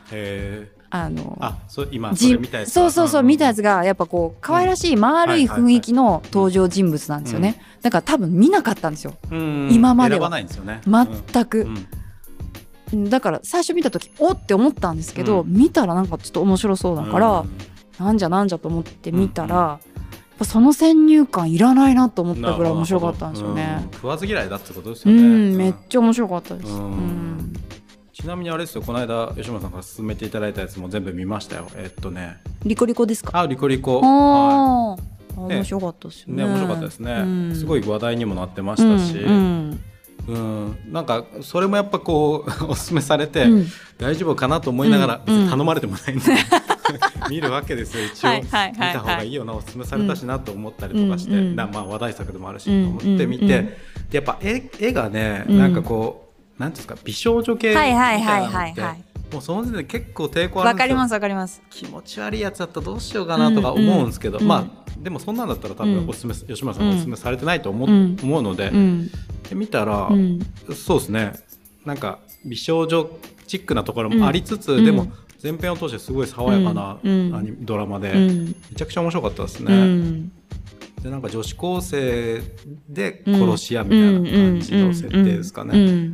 [SPEAKER 2] 今それ見たやつ、
[SPEAKER 1] そう見たやつがやっぱこう可愛らしい丸い雰囲気の登場人物なんですよね。だから多分見なかったんですよ、今までは。選ばないんですよね、全く、だから最初見た時おって思ったんですけど、見たらなんかちょっと面白そうだから、なんじゃと思って見たら、やっぱその先入観いらないなと思ったぐらい面白かったんですよね。
[SPEAKER 2] 食わず嫌いだってことですよね。
[SPEAKER 1] めっちゃ面白かったです。
[SPEAKER 2] ちなみにあれですよ、この間吉村さんから勧めていただいたやつも全部見ましたよ。
[SPEAKER 1] リコリコですか？
[SPEAKER 2] リコリコ。
[SPEAKER 1] 面白かったですよね。
[SPEAKER 2] 面白かったですね。すごい話題にもなってましたし、なんかそれもやっぱこうお勧めされて、大丈夫かなと思いながら、別に頼まれてもないんで見るわけですよ。一応見た方がいいよな、お勧めされたしなと思ったりとかして、まあ話題作でもあるしと思って見て、でやっぱ絵がね、なんかこうなんていうんですか、美少女系みたいなのってもうその時点で結構抵抗あるんですよ。
[SPEAKER 1] わかります。
[SPEAKER 2] 気持ち悪いやつだったらどうしようかなとか思うんですけど、まあでもそんなんだったら多分吉村さんがおすすめされてないと思うので、で見たら、そうですね、なんか美少女チックなところもありつつ、でも前編を通してすごい爽やかなドラマで、めちゃくちゃ面白かったですね。でなんか女子高生で殺し屋みたいな感じの設定ですかね。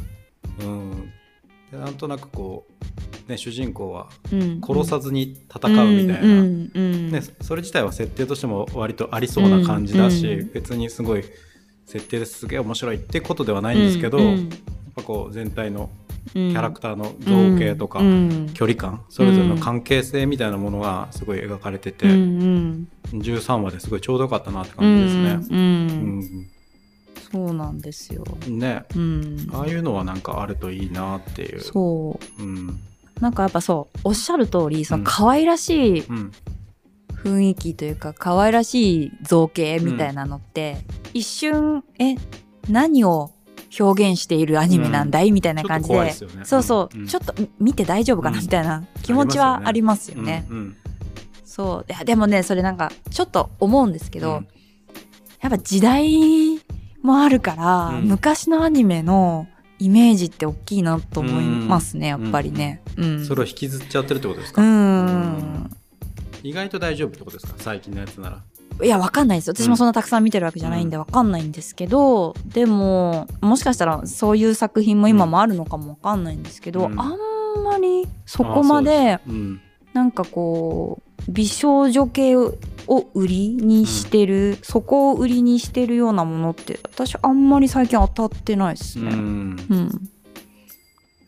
[SPEAKER 2] でなんとなくこう、ね、主人公は殺さずに戦うみたいな、ね、それ自体は設定としても割とありそうな感じだし、別にすごい設定ですげえ面白いってことではないんですけど、やっぱこう全体のキャラクターの造形とか距離感、それぞれの関係性みたいなものがすごい描かれてて、13話ですごいちょうどよかったなって感じですね。
[SPEAKER 1] そうなんですよ
[SPEAKER 2] ね、ああいうのはなんかあるといいなっていう。
[SPEAKER 1] そう、なんかやっぱそうおっしゃる通り、その可愛らしい雰囲気というか、可愛らしい造形みたいなのって、一瞬何を表現しているアニメなんだいみたいな感じで、そうそう、ちょっと見て大丈夫かなみたいな気持ちはありますよね。そう、いやでもね、それなんかちょっと思うんですけど、やっぱ時代もあるから、昔のアニメのイメージって大きいなと思いますね、やっぱりね。
[SPEAKER 2] それを引きずっちゃってるってことですか？意外と大丈夫ってことですか、最近のやつなら。
[SPEAKER 1] いや、わかんないですよ。私もそんなたくさん見てるわけじゃないんでわかんないんですけど、でももしかしたらそういう作品も今もあるのかもわかんないんですけど、あんまりそこまでなんかこう美少女系を売りにしてる、そこを売りにしてるようなものって私あんまり最近当たってないですね。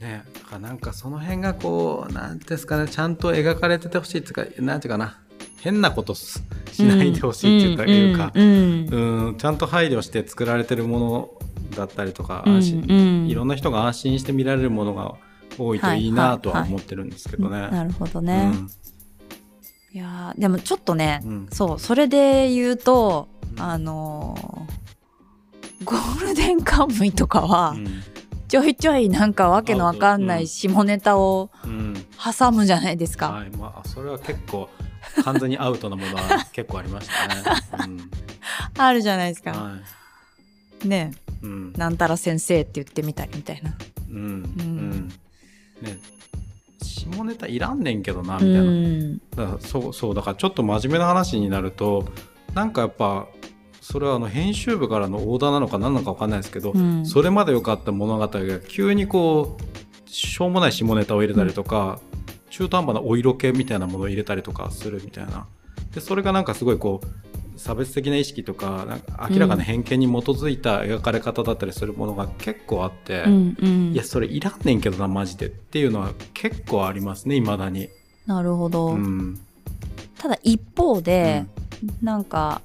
[SPEAKER 2] ね、だからなんかその辺がこうなんですかね、ちゃんと描かれててほしいっていうか、なんていうかな、変なことしないでほしいっていうか、ちゃんと配慮して作られてるものだったりとか、いろんな人が安心して見られるものが多いといいなとは思ってるんですけどね。
[SPEAKER 1] なるほどね。いやでもちょっとね、そうそれで言うと、ゴールデンカムイとかは、ちょいちょいなんかわけのわかんない下ネタを挟むじゃないですか。
[SPEAKER 2] はい、まあそれは結構完全にアウトなものは結構ありましたね。
[SPEAKER 1] あるじゃないですか。ね、なんたら先生って言ってみたりみたいな。
[SPEAKER 2] ね、下ネタいらんねんけどなみたいな。だからそうだからちょっと真面目な話になると、なんかやっぱそれは編集部からのオーダーなのか何なのか分かんないですけど、それまで良かった物語が急にこうしょうもない下ネタを入れたりとか、中途半端なお色気みたいなものを入れたりとかするみたいな。でそれがなんかすごいこう差別的な意識とか、なんか明らかな偏見に基づいた描かれ方だったりするものが結構あって、いやそれいらんねんけどなマジでっていうのは結構ありますね、未だに。
[SPEAKER 1] なるほど。ただ一方で、なんか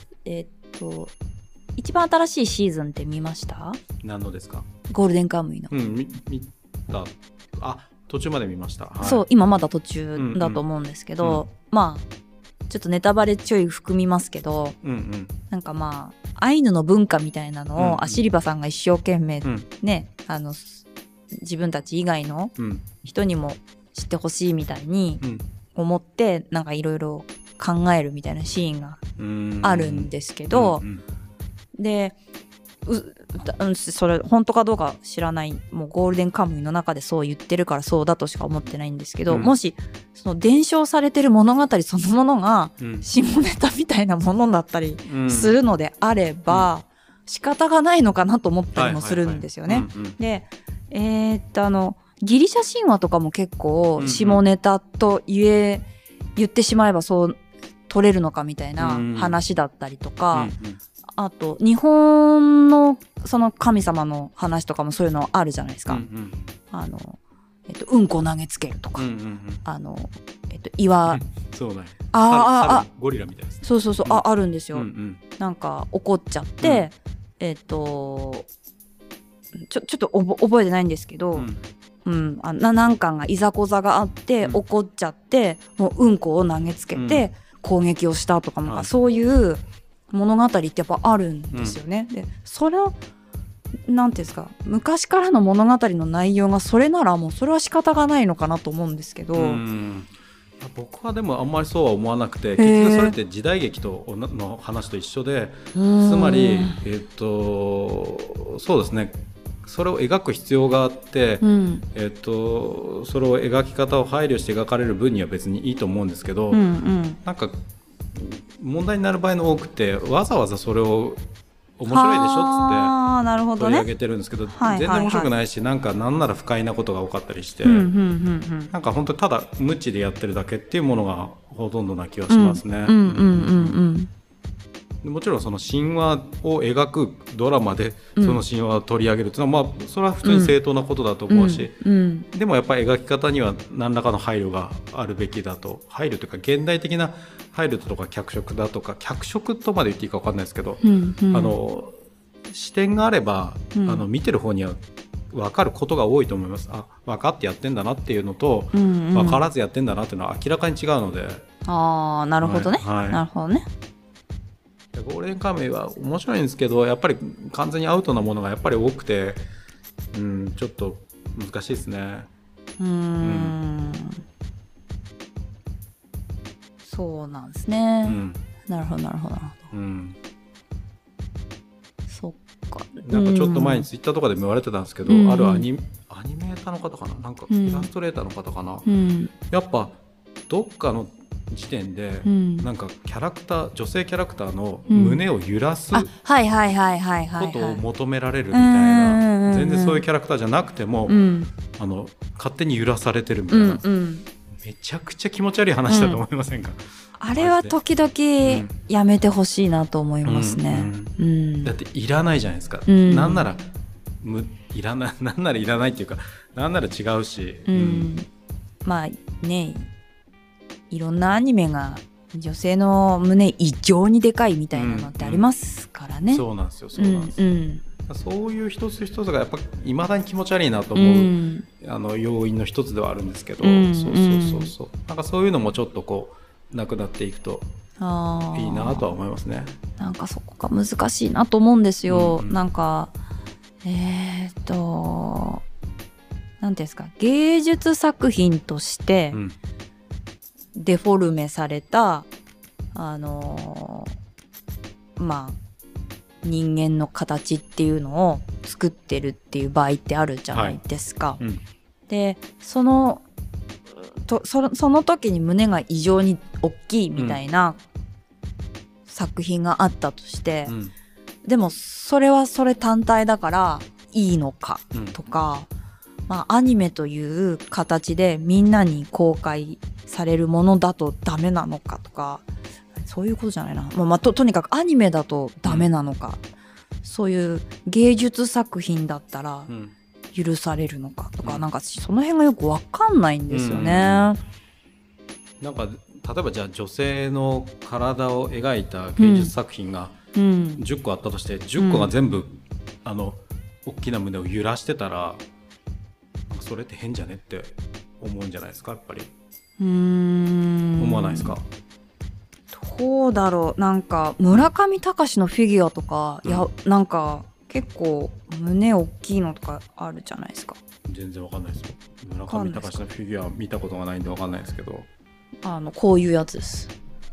[SPEAKER 1] 一番新しいシーズンって見ました？
[SPEAKER 2] 何のですか？
[SPEAKER 1] ゴールデンカムイの。
[SPEAKER 2] 見た。途中まで見ました。
[SPEAKER 1] そう、今まだ途中だと思うんですけど、まあちょっとネタバレちょい含みますけど、なんかまあアイヌの文化みたいなのをアシリバさんが一生懸命ね、自分たち以外の人にも知ってほしいみたいに思って、なんかいろいろ考えるみたいなシーンがあるんですけど、でそれ本当かどうか知らない、もうゴールデンカムイの中でそう言ってるからそうだとしか思ってないんですけど、もしその伝承されてる物語そのものが下ネタみたいなものだったりするのであれば、仕方がないのかなと思ったりもするんですよね。でギリシャ神話とかも結構下ネタと言ってしまえばそう取れるのかみたいな話だったりとか、あと日本のその神様の話とかもそういうのあるじゃないですか。うんこ投げつけるとか、岩、
[SPEAKER 2] そうね、ゴリラみたいですね。
[SPEAKER 1] そうあるんですよ。なんか怒っちゃって、ちょっと覚えてないんですけど、なんかがいざこざがあって怒っちゃって、もううんこを投げつけて攻撃をしたとか、なんかそういう物語ってやっぱあるんですよね。でそれをなんていうんですか、昔からの物語の内容がそれならもうそれは仕方がないのかなと思うんですけど、
[SPEAKER 2] 僕はでもあんまりそうは思わなくて、結局それって時代劇の話と一緒で、つまりそうですね、それを描く必要があって、それを描き方を配慮して描かれる分には別にいいと思うんですけど、なんか問題になる場合の多くて、わざわざそれを面白いでしょっつって取り上げてるんですけど、全然面白くないし、なんなら不快なことが多かったりして、なんか本当にただ無知でやってるだけっていうものがほとんどな気はしますね。もちろんその神話を描くドラマでその神話を取り上げるっていうのは、まあそれは普通に正当なことだと思うし、でもやっぱり描き方には何らかの配慮があるべきだと。配慮というか現代的な配慮とか脚色だとか、脚色とまで言っていいか分かんないですけど、視点があれば見てる方には分かることが多いと思います。分かってやってんだなっていうのと、分からずやってんだなっていうのは明らかに違うので。
[SPEAKER 1] なるほどね、なるほどね。
[SPEAKER 2] ゴールデンカムイは面白いんですけど、やっぱり完全にアウトなものがやっぱり多くて、ちょっと難しいですね。
[SPEAKER 1] そうなんですね。なるほど。そっか。
[SPEAKER 2] なんかちょっと前にツイッターとかでも言われてたんですけど、あるアニメーターの方かな、なんかイラストレーターの方かな、やっぱどっかの時点で、なんか女性キャラクターの胸を揺らすことを求められるみたいな、全然そういうキャラクターじゃなくても、勝手に揺らされてるみたいな、めちゃくちゃ気持ち悪い話だと思いませんか？
[SPEAKER 1] あれは時々やめてほしいなと思いますね。
[SPEAKER 2] だっていらないじゃないですか。なんならいらないなんならいらないっていうかなんなら違うし、
[SPEAKER 1] まあねいろんなアニメが女性の胸異常にでかいみたいなのってありますからね、
[SPEAKER 2] そうなんですよそうなんですよ、そういう一つ一つがやっぱいまだに気持ち悪いなと思う、要因の一つではあるんですけど、そうなんかそういうのもちょっとこうなくなっていくといいなとは思いますね。
[SPEAKER 1] なんかそこが難しいなと思うんですよ、なんかなんていうんですか、芸術作品としてデフォルメされた、まあ人間の形っていうのを作ってるっていう場合ってあるじゃないですか、でその時に胸が異常に大きいみたいな作品があったとして、でもそれはそれ単体だからいいのかとか、まあアニメという形でみんなに公開されるものだとダメなのかとか、そういうことじゃないな、とにかくアニメだとダメなのか、そういう芸術作品だったら許されるのかとか、なんかその辺がよく分かんないんですよね、なん
[SPEAKER 2] か例えばじゃあ女性の体を描いた芸術作品が10個あったとして、10個が全部、大きな胸を揺らしてたらそれって変じゃねって思うんじゃないですか、やっぱり。思わないですか？
[SPEAKER 1] どうだろう、なんか村上隆のフィギュアとか、いやなんか結構胸大きいのとかあるじゃないですか。
[SPEAKER 2] 全然わかんないですよ。村上隆のフィギュア見たことがないんでわかんないですけど、
[SPEAKER 1] こういうやつです。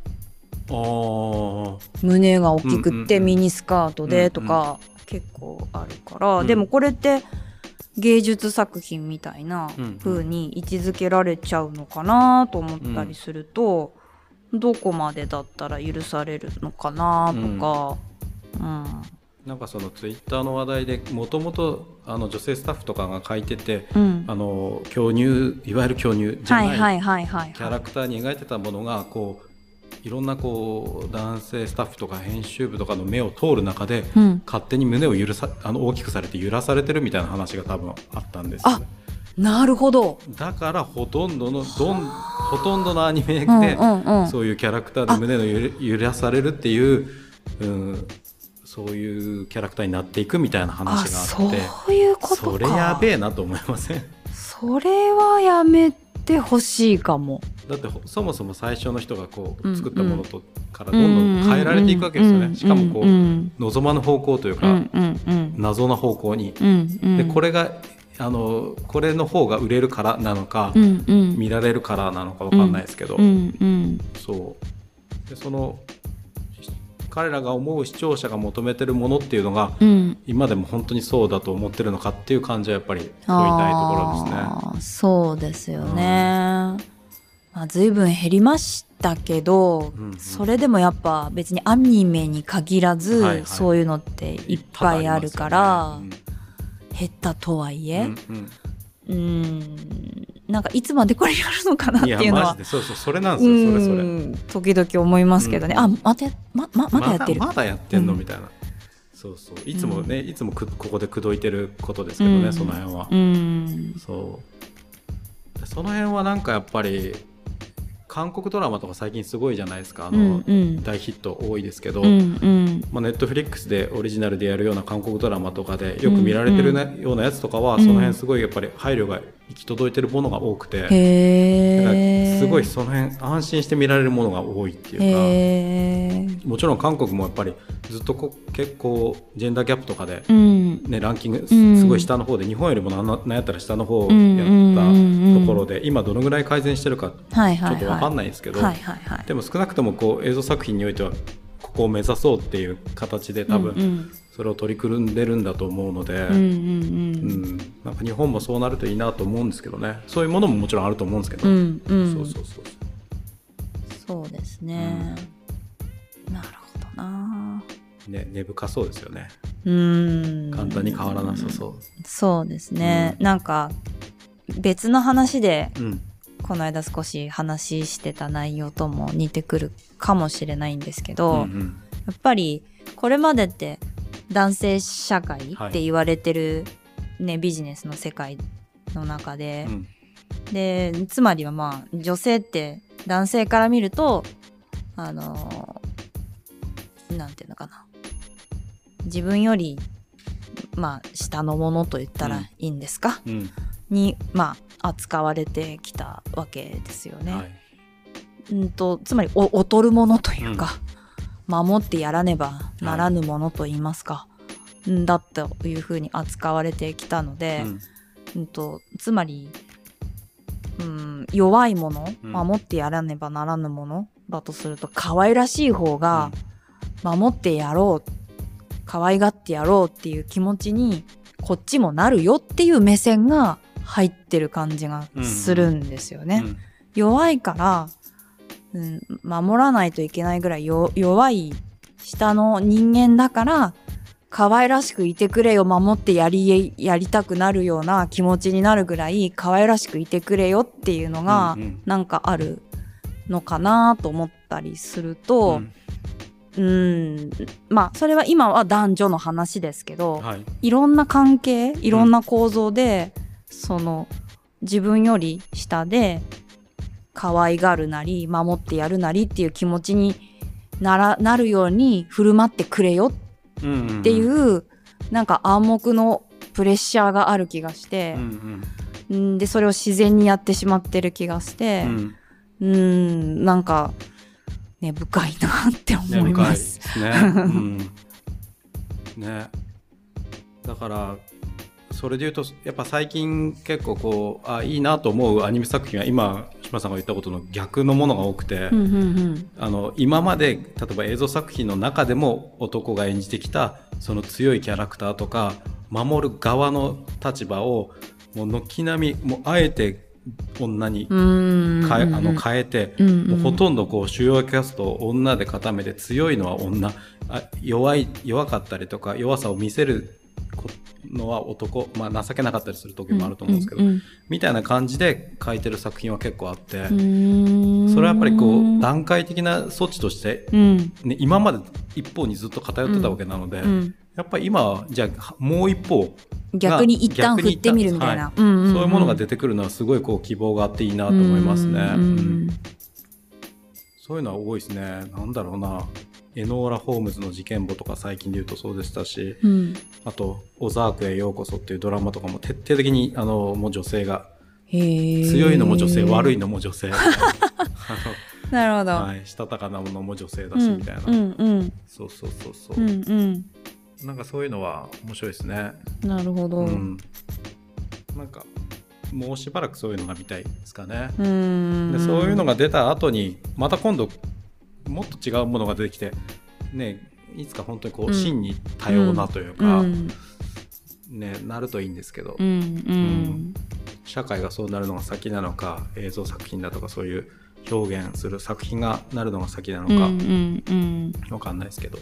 [SPEAKER 1] 胸が大きくってミニスカートでとか結構あるから、でもこれって芸術作品みたいな風に位置づけられちゃうのかなと思ったりすると、どこまでだったら許されるのかなとか、
[SPEAKER 2] なんかそのツイッターの話題でもともと女性スタッフとかが書いてて、巨乳、いわゆる巨乳じゃないキャラクターに描いてたものがこういろんなこう男性スタッフとか編集部とかの目を通る中で、勝手に胸を大きくされて揺らされてるみたいな話が多分あったんですよね。
[SPEAKER 1] なるほど。
[SPEAKER 2] だからほとんどのアニメで、そういうキャラクターで胸の揺らされるっていう、そういうキャラクターになっていくみたいな話があって、
[SPEAKER 1] そういうことか。
[SPEAKER 2] それやべえなと思いません？
[SPEAKER 1] それはやめてほしいかも。
[SPEAKER 2] だってそもそも最初の人がこう作ったものとからどんどん変えられていくわけですよね。しかもこう望まぬ方向というか、謎な方向に、でこれの方が売れるからなのか、見られるからなのか分かんないですけど、そうでその彼らが思う視聴者が求めてるものっていうのが、今でも本当にそうだと思ってるのかっていう感じはやっぱり問いたいところですね。
[SPEAKER 1] そうですよね、随分減りましたけど、それでもやっぱ別にアニメに限らず、そういうのっていっぱいあるから、減ったとはいえ、なんかいつまでこれやるのかなっていうのは、
[SPEAKER 2] マジでそれなんですよ。それ
[SPEAKER 1] 時々思いますけどね、まだやってる、
[SPEAKER 2] まだやってんの、みたいな。いつもね、いつもここで口説いてることですけどね、その辺は。その辺はなんかやっぱり韓国ドラマとか最近すごいじゃないですか。大ヒット多いですけど、ネットフリックスでオリジナルでやるような韓国ドラマとかでよく見られてるようなやつとかは、その辺すごいやっぱり配慮が行き届いてるものが多くて、だからすごいその辺安心して見られるものが多いっていうか、もちろん韓国もやっぱりずっと結構ジェンダーギャップとかで、ランキングすごい下の方で、日本よりもなんやったら下の方やったところで、今どのぐらい改善してるかちょっと分かんないですけど、でも少なくともこう映像作品においてはここを目指そうっていう形で多分それを取り組んでるんだと思うので、なんか日本もそうなるといいなと思うんですけどね。そういうものももちろんあると思うんですけど、
[SPEAKER 1] そうですね、なるほどな、
[SPEAKER 2] 根深そうですよね。簡単に変わらなさそう。
[SPEAKER 1] そうですね、なんか別の話で、この間少し話してた内容とも似てくるかもしれないんですけど、やっぱりこれまでって男性社会って言われてるね、ビジネスの世界の中で、でつまりはまあ女性って男性から見るとなんていうのかな、自分よりまあ下のものと言ったらいいんですか、にまあ扱われてきたわけですよね。はい、つまり劣るものというか、守ってやらねばならぬものと言いますか、だというふうに扱われてきたので、つまり、弱いもの、守ってやらねばならぬものだとすると、可愛らしい方が守ってやろう、可愛がってやろうっていう気持ちにこっちもなるよっていう目線が入ってる感じがするんですよね。弱いから、守らないといけないぐらい弱い下の人間だから可愛らしくいてくれよ、守ってやりたくなるような気持ちになるぐらい可愛らしくいてくれよっていうのがなんかあるのかなと思ったりすると、まあそれは今は男女の話ですけど、いろんな関係、いろんな構造で、その自分より下で可愛がるなり守ってやるなりっていう気持ちになるように振る舞ってくれよっていう、なんか暗黙のプレッシャーがある気がして、でそれを自然にやってしまってる気がして、なんか根深いなって思います。
[SPEAKER 2] 根深いですね。ね、だからそれでいうとやっぱ最近結構こういいなと思うアニメ作品は今島さんが言ったことの逆のものが多くて、今まで例えば映像作品の中でも男が演じてきたその強いキャラクターとか守る側の立場をもう軒並みもうあえて女に変えて、もうほとんどこう主要キャストを女で固めて、強いのは女、弱かったりとか弱さを見せるのは男、情けなかったりする時もあると思うんですけど、みたいな感じで書いてる作品は結構あって、それはやっぱりこう段階的な措置として、今まで一方にずっと偏ってたわけなので、やっぱり今はじゃあもう一方
[SPEAKER 1] 逆に一旦振ってみるみたいな、
[SPEAKER 2] そういうものが出てくるのはすごいこう希望があっていいなと思いますね。そういうのは多いですね。なんだろうな、エノーラ・ホームズの事件簿とか最近で言うとそうでしたし、あとオザークへようこそっていうドラマとかも徹底的にもう女性が強いのも女性、悪いのも女性
[SPEAKER 1] なるほど、
[SPEAKER 2] したたかなものも女性だしみたいな、そうそうそうそう、なんかそういうのは面白いですね。
[SPEAKER 1] なるほど、
[SPEAKER 2] なんかもうしばらくそういうのが見たいですかね。でそういうのが出た後にまた今度もっと違うものが出てきて、ね、いつか本当にこう真に多様なというか、なるといいんですけど、社会がそうなるのが先なのか、映像作品だとかそういう表現する作品がなるのが先なのか、分かんないですけど、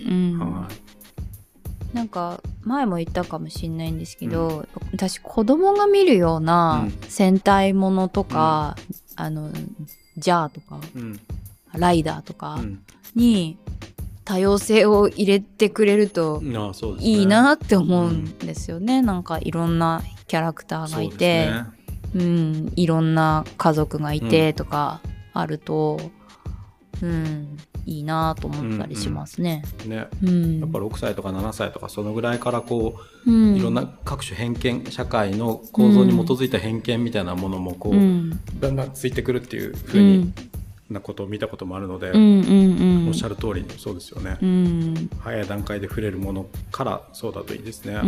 [SPEAKER 1] なんか前も言ったかもしれないんですけど、私子供が見るような戦隊ものとか、ジャーとか、ライダーとかに多様性を入れてくれるといいなって思うんですよね。なんかいろんなキャラクターがいて、いろんな家族がいてとかあると、いいなと思ったりしますね。
[SPEAKER 2] やっぱ6歳とか7歳とかそのぐらいからこう、いろんな各種偏見、社会の構造に基づいた偏見みたいなものもこう、だんだんついてくるっていう風になことを見たこともあるので、おっしゃる通りそうですよね。早い段階で触れるものからそうだといいですね。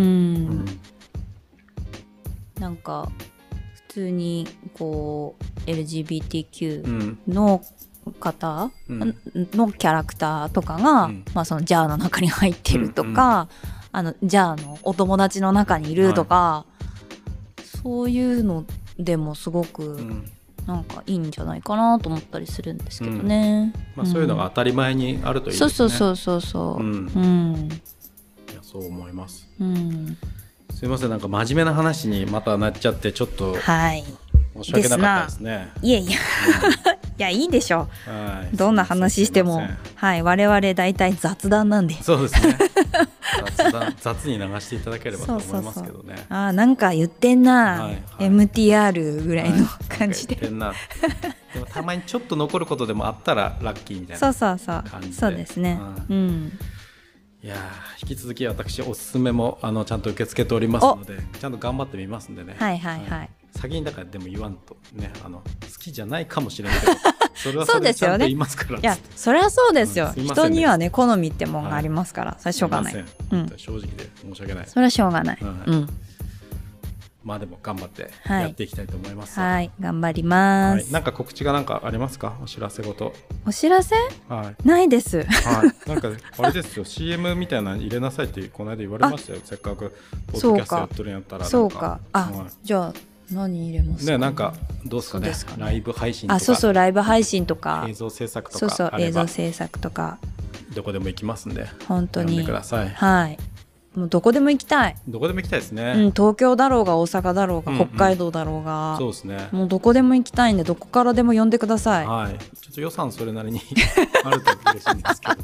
[SPEAKER 1] なんか普通にこう LGBTQ の方のキャラクターとかが、そのジャーの中に入ってるとか、ジャーのお友達の中にいるとか、そういうのでもすごくなんかいいんじゃないかなと思ったりするんですけどね。
[SPEAKER 2] そういうのが当たり前にあるといいですね。
[SPEAKER 1] そう、
[SPEAKER 2] いやそう思います。すいません、なんか真面目な話にまたなっちゃってちょっと申し訳なかったですね。
[SPEAKER 1] いやいやいやいいでしょう。どんな話しても、我々だいたい雑談なんで。
[SPEAKER 2] そうですね雑に流していただければと思いますけどね。
[SPEAKER 1] あ、なんか言ってんな、
[SPEAKER 2] はいはい、
[SPEAKER 1] MTR ぐらいの感じで、
[SPEAKER 2] でもたまにちょっと残ることでもあったらラッキーみたいな感じで。
[SPEAKER 1] そうですね、
[SPEAKER 2] いや引き続き私おすすめもちゃんと受け付けておりますので、ちゃんと頑張ってみますんでね。先にだからでも言わんとね、好きじゃないかもしれないけどそれはそれでちゃんと言いますから。
[SPEAKER 1] いやそれはそうですよ、人にはね好みってもんがありますから、それはしょうがない。
[SPEAKER 2] 正直で申し訳ない。
[SPEAKER 1] それはしょうがない。
[SPEAKER 2] まあでも頑張ってやっていきたいと思います。
[SPEAKER 1] はい、頑張ります。
[SPEAKER 2] なんか告知がなんかありますか？お知らせ事。
[SPEAKER 1] お知らせ？ないです。
[SPEAKER 2] なんかあれですよCM みたいなの入れなさいってこの間言われましたよ。せっかくポッドキャストやっとるんやったら。
[SPEAKER 1] そうか。じゃあ何入れますかね。
[SPEAKER 2] なんかどうですかね。ライブ配信とか。
[SPEAKER 1] そうライブ配信とか。
[SPEAKER 2] 映像制作とか。
[SPEAKER 1] 映像制作とか。
[SPEAKER 2] どこでも行きますんで。
[SPEAKER 1] 本当に。
[SPEAKER 2] 呼んでください。
[SPEAKER 1] はい。もうどこでも行きたい。
[SPEAKER 2] どこでも行きたいですね。
[SPEAKER 1] 東京だろうが大阪だろうが北海道だろうが、
[SPEAKER 2] そうですね。
[SPEAKER 1] もうどこでも行きたいんでどこからでも呼んでください。
[SPEAKER 2] はい。ちょっと予算それなりにあると嬉しいんですけど。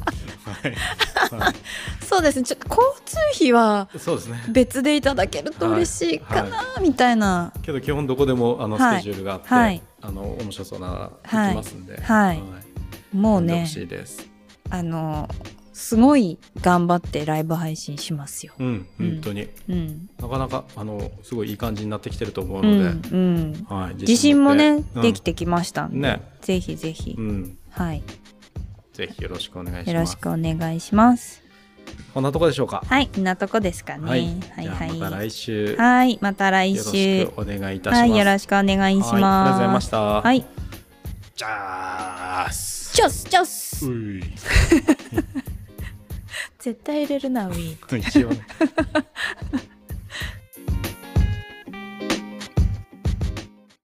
[SPEAKER 1] そうですね。ちょっと交通費は
[SPEAKER 2] そうですね。
[SPEAKER 1] 別でいただけると嬉しいかなみたいな。
[SPEAKER 2] けど基本どこでもスケジュールがあって面白そうな行きますんで。
[SPEAKER 1] はい。もうね。
[SPEAKER 2] 欲しいです。
[SPEAKER 1] すごい頑張ってライブ配信しますよ。
[SPEAKER 2] 本当に、なかなかすごいいい感じになってきてると思うので、
[SPEAKER 1] 自信もねできてきましたんで、ぜひぜひ、はい、
[SPEAKER 2] ぜひよろしくお願いします。
[SPEAKER 1] よろしくお願いします。
[SPEAKER 2] こんなとこでしょうか。
[SPEAKER 1] はい、こんなとこですかね。はい、
[SPEAKER 2] また来週。
[SPEAKER 1] はい、また来週。
[SPEAKER 2] よろしくお願いいたします。はい、
[SPEAKER 1] よろしくお願いします。
[SPEAKER 2] ありがとうございました。
[SPEAKER 1] はい。
[SPEAKER 2] じゃあ
[SPEAKER 1] チョスチョス。絶対入れるなウィー。
[SPEAKER 2] 一応ね